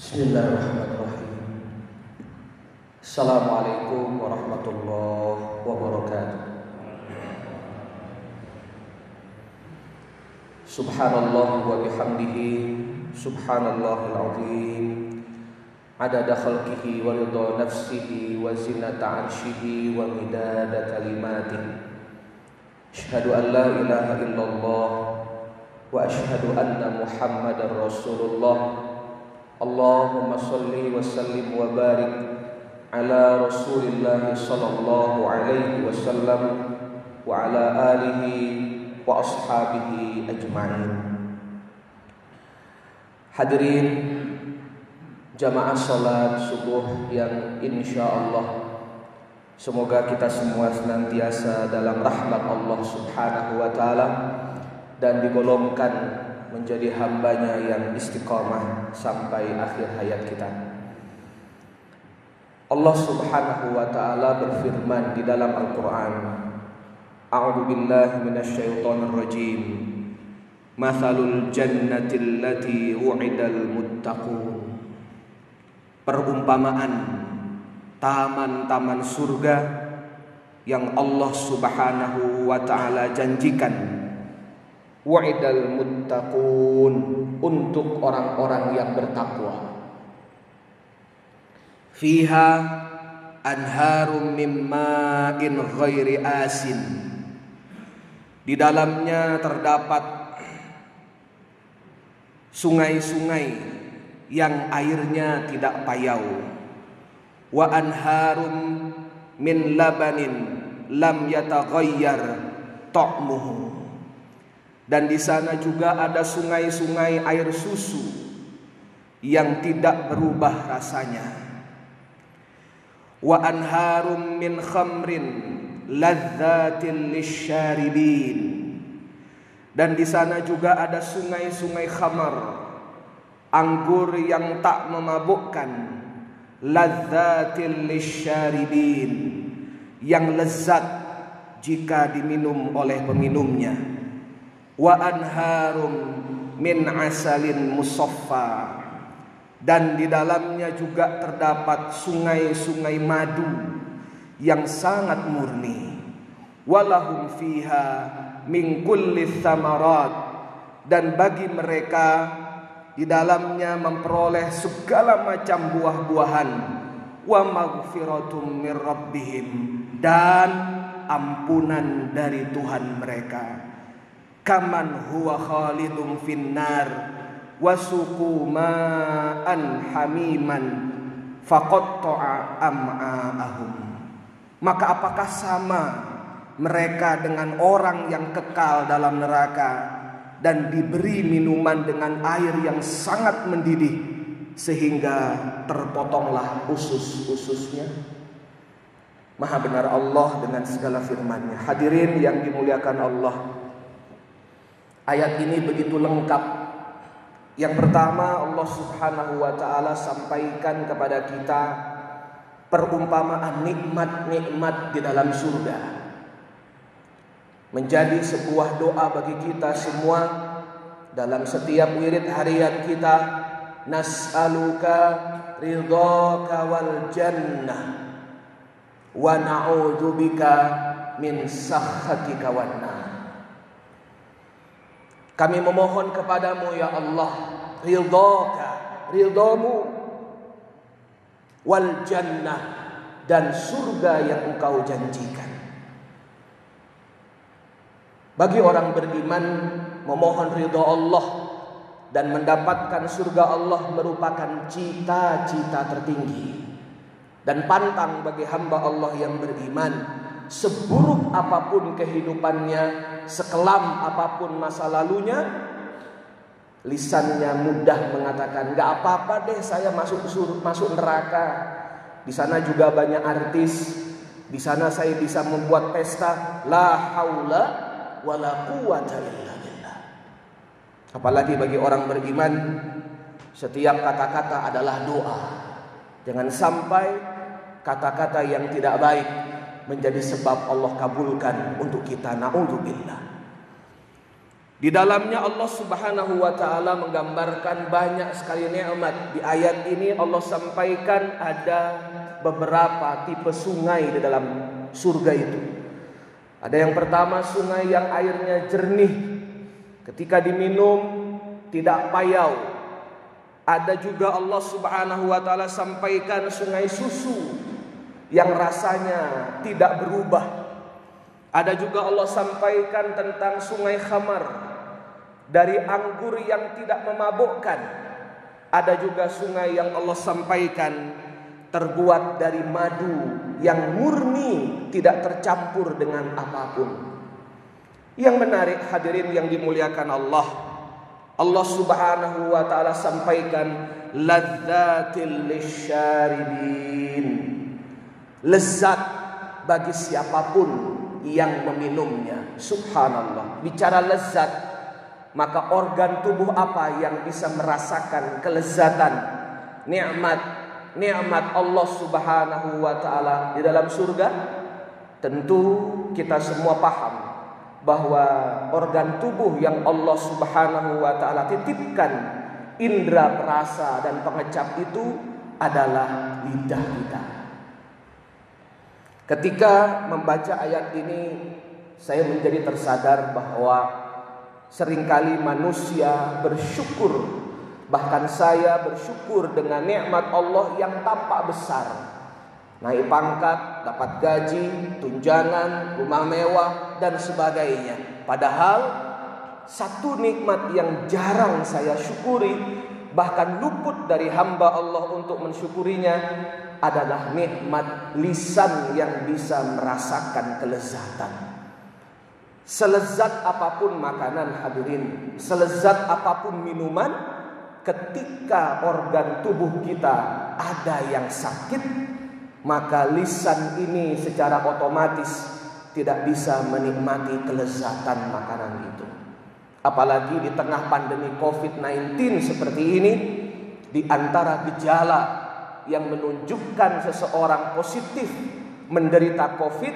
Bismillahirrahmanirrahim. Assalamualaikum warahmatullahi wabarakatuh. Subhanallah wa bihamdihi, subhanallahil azim, adada khalqihi wa ridha nafsihi wa zinata arshihi wa midada kalimatihi. Asyhadu an la ilaha illallah wa asyhadu anna Muhammadar Rasulullah. Allahumma salli wa sallim wa barik ala Rasulillah sallallahu alaihi wasallam wa ala alihi wa ashabihi ajma'in. Hadirin jamaah salat subuh yang insyaallah semoga kita semua senantiasa dalam rahmat Allah Subhanahu wa taala dan digolongkan menjadi hambanya yang istiqamah sampai akhir hayat kita. Allah Subhanahu wa taala berfirman di dalam Al-Qur'an, A'udzu billahi minasyaitonir rajim. Mathalul jannati allati wu'idal muttaqun. Perumpamaan taman-taman surga yang Allah Subhanahu wa taala janjikan wa'idal muttaqun, untuk orang-orang yang bertakwa. Fiha anharum min ma'in ghairi asin. Di dalamnya terdapat sungai-sungai yang airnya tidak payau. Wa anharum min labanin lam yataghayyar ta'muhu. Dan di sana juga ada sungai-sungai air susu yang tidak berubah rasanya. Wa anharum min khamrin ladzatin lisyaribin. Dan di sana juga ada sungai-sungai khamar, anggur yang tak memabukkan, ladzatin lisyaribin, yang lezat jika diminum oleh peminumnya. Wa anharum min asalin musaffa. Dan di dalamnya juga terdapat sungai-sungai madu yang sangat murni. Walahum fiha min kulli thamarat. Dan bagi mereka di dalamnya memperoleh segala macam buah-buahan. Wa maghfiratum min rabbihim, dan ampunan dari Tuhan mereka. Kaman huwa khalidun finnar wasuqu ma'an hamiman faqatta'a am'a'ahum. Maka apakah sama mereka dengan orang yang kekal dalam neraka dan diberi minuman dengan air yang sangat mendidih sehingga terpotonglah usus-ususnya? Maha benar Allah dengan segala firman-Nya. Hadirin yang dimuliakan Allah, ayat ini begitu lengkap. Yang pertama, Allah Subhanahu wa taala sampaikan kepada kita perumpamaan nikmat-nikmat di dalam surga. Menjadi sebuah doa bagi kita semua dalam setiap wirid harian kita. Nas'aluka ridhaka wal jannah wa na'udzubika min sakhatika wan nar. Kami memohon kepadamu ya Allah ridhaka, ridhamu, wal jannah, dan surga yang engkau janjikan. Bagi orang beriman, memohon ridha Allah dan mendapatkan surga Allah merupakan cita-cita tertinggi. Dan pantang bagi hamba Allah yang beriman, seburuk apapun kehidupannya, sekelam apapun masa lalunya, lisannya mudah mengatakan, gak apa-apa deh saya masuk neraka. Di sana juga banyak artis, di sana saya bisa membuat pesta. La haula wala quwwata illa billah. Apalagi bagi orang beriman, setiap kata-kata adalah doa. Jangan sampai kata-kata yang tidak baik menjadi sebab Allah kabulkan untuk kita. Na'udzubillah. Di dalamnya Allah Subhanahu wa taala menggambarkan banyak sekali nikmat. Di ayat ini Allah sampaikan ada beberapa tipe sungai di dalam surga itu. Ada yang pertama, sungai yang airnya jernih, ketika diminum tidak payau. Ada juga Allah Subhanahu wa taala sampaikan sungai susu yang rasanya tidak berubah. Ada juga Allah sampaikan tentang sungai khamar, dari anggur yang tidak memabukkan. Ada juga sungai yang Allah sampaikan terbuat dari madu yang murni, tidak tercampur dengan apapun. Yang menarik hadirin yang dimuliakan Allah, Allah Subhanahu wa taala sampaikan ladzatil lisyaribin, lezat bagi siapapun yang meminumnya. Subhanallah, bicara lezat, maka organ tubuh apa yang bisa merasakan kelezatan nikmat Allah Subhanahu wa taala di dalam surga? Tentu kita semua paham bahwa organ tubuh yang Allah Subhanahu wa taala titipkan indera perasa dan pengecap itu adalah lidah kita. Ketika membaca ayat ini, saya menjadi tersadar bahwa seringkali manusia bersyukur, bahkan saya bersyukur dengan nikmat Allah yang tampak besar. Naik pangkat, dapat gaji, tunjangan, rumah mewah dan sebagainya. Padahal satu nikmat yang jarang saya syukuri, bahkan luput dari hamba Allah untuk mensyukurinya, adalah nikmat lisan yang bisa merasakan kelezatan. Selezat apapun makanan hadirin, selezat apapun minuman, ketika organ tubuh kita ada yang sakit, maka lisan ini secara otomatis tidak bisa menikmati kelezatan makanan itu. Apalagi di tengah pandemi COVID-19 seperti ini, di antara gejala yang menunjukkan seseorang positif menderita COVID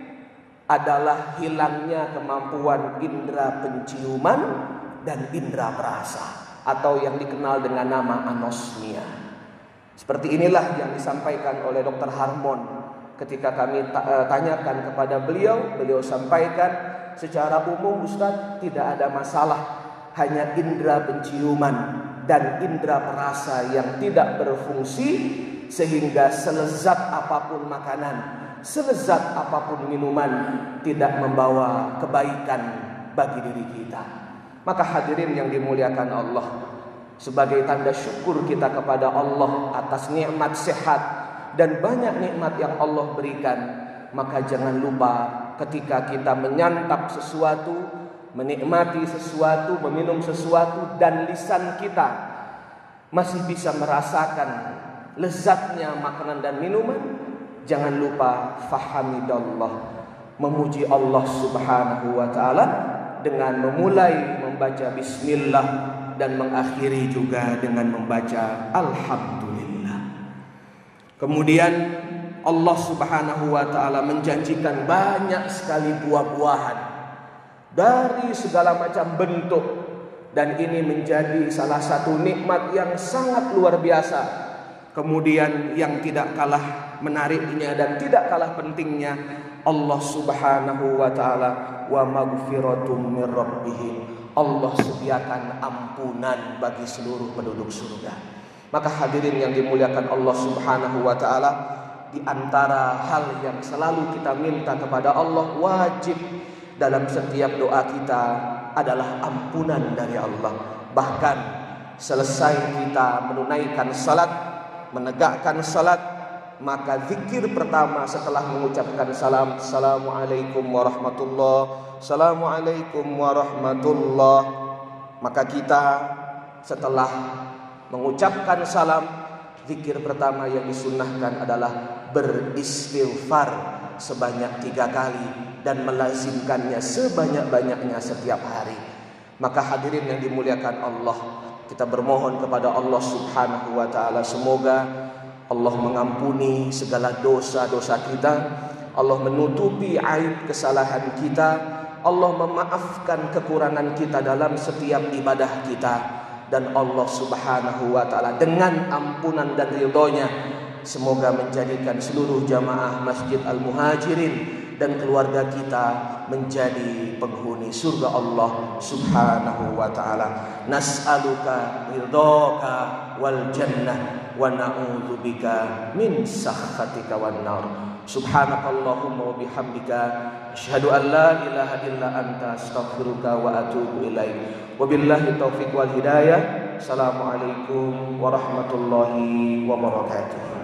adalah hilangnya kemampuan indera penciuman dan indera perasa, atau yang dikenal dengan nama anosmia. Seperti inilah yang disampaikan oleh Dr. Harmon ketika kami tanyakan kepada beliau. Beliau sampaikan secara umum, Ustadz, tidak ada masalah, hanya indera penciuman dan indera perasa yang tidak berfungsi, sehingga selezat apapun makanan, selezat apapun minuman tidak membawa kebaikan bagi diri kita. Maka hadirin yang dimuliakan Allah, sebagai tanda syukur kita kepada Allah atas nikmat sehat dan banyak nikmat yang Allah berikan, maka jangan lupa ketika kita menyantap sesuatu, menikmati sesuatu, meminum sesuatu, dan lisan kita masih bisa merasakan lezatnya makanan dan minuman, jangan lupa fahamidallah, memuji Allah Subhanahu wa taala dengan memulai membaca bismillah dan mengakhiri juga dengan membaca alhamdulillah. Kemudian Allah Subhanahu wa taala menjanjikan banyak sekali buah-buahan dari segala macam bentuk, dan ini menjadi salah satu nikmat yang sangat luar biasa. Kemudian yang tidak kalah menariknya dan tidak kalah pentingnya, Allah Subhanahu wa taala wa maghfiratum mir rabbih, Allah sediakan ampunan bagi seluruh penduduk surga. Maka hadirin yang dimuliakan Allah Subhanahu wa taala, di antara hal yang selalu kita minta kepada Allah, wajib dalam setiap doa kita adalah ampunan dari Allah. Bahkan selesai kita menunaikan salat, menegakkan salat, maka zikir pertama setelah mengucapkan salam, Assalamualaikum warahmatullah, Assalamualaikum warahmatullah, maka kita setelah mengucapkan salam, zikir pertama yang disunnahkan adalah beristighfar sebanyak 3 kali dan melazimkannya sebanyak-banyaknya setiap hari. Maka hadirin yang dimuliakan Allah, kita bermohon kepada Allah Subhanahu wa taala, semoga Allah mengampuni segala dosa-dosa kita, Allah menutupi aib kesalahan kita, Allah memaafkan kekurangan kita dalam setiap ibadah kita. Dan Allah subhanahu wa ta'ala dengan ampunan dan ridhonya semoga menjadikan seluruh jamaah Masjid Al-Muhajirin dan keluarga kita menjadi penghuni surga Allah subhanahu wa ta'ala. Nas'aluka ridhaka wal jannah wa na'udzubika min sakhatika wan nar. Subhanakallahumma wa bihamdika asyhadu an la ilaha illa anta astaghfiruka wa atubu ilaik. Wabillahi taufiq wal hidayah. Assalamualaikum warahmatullahi wabarakatuh.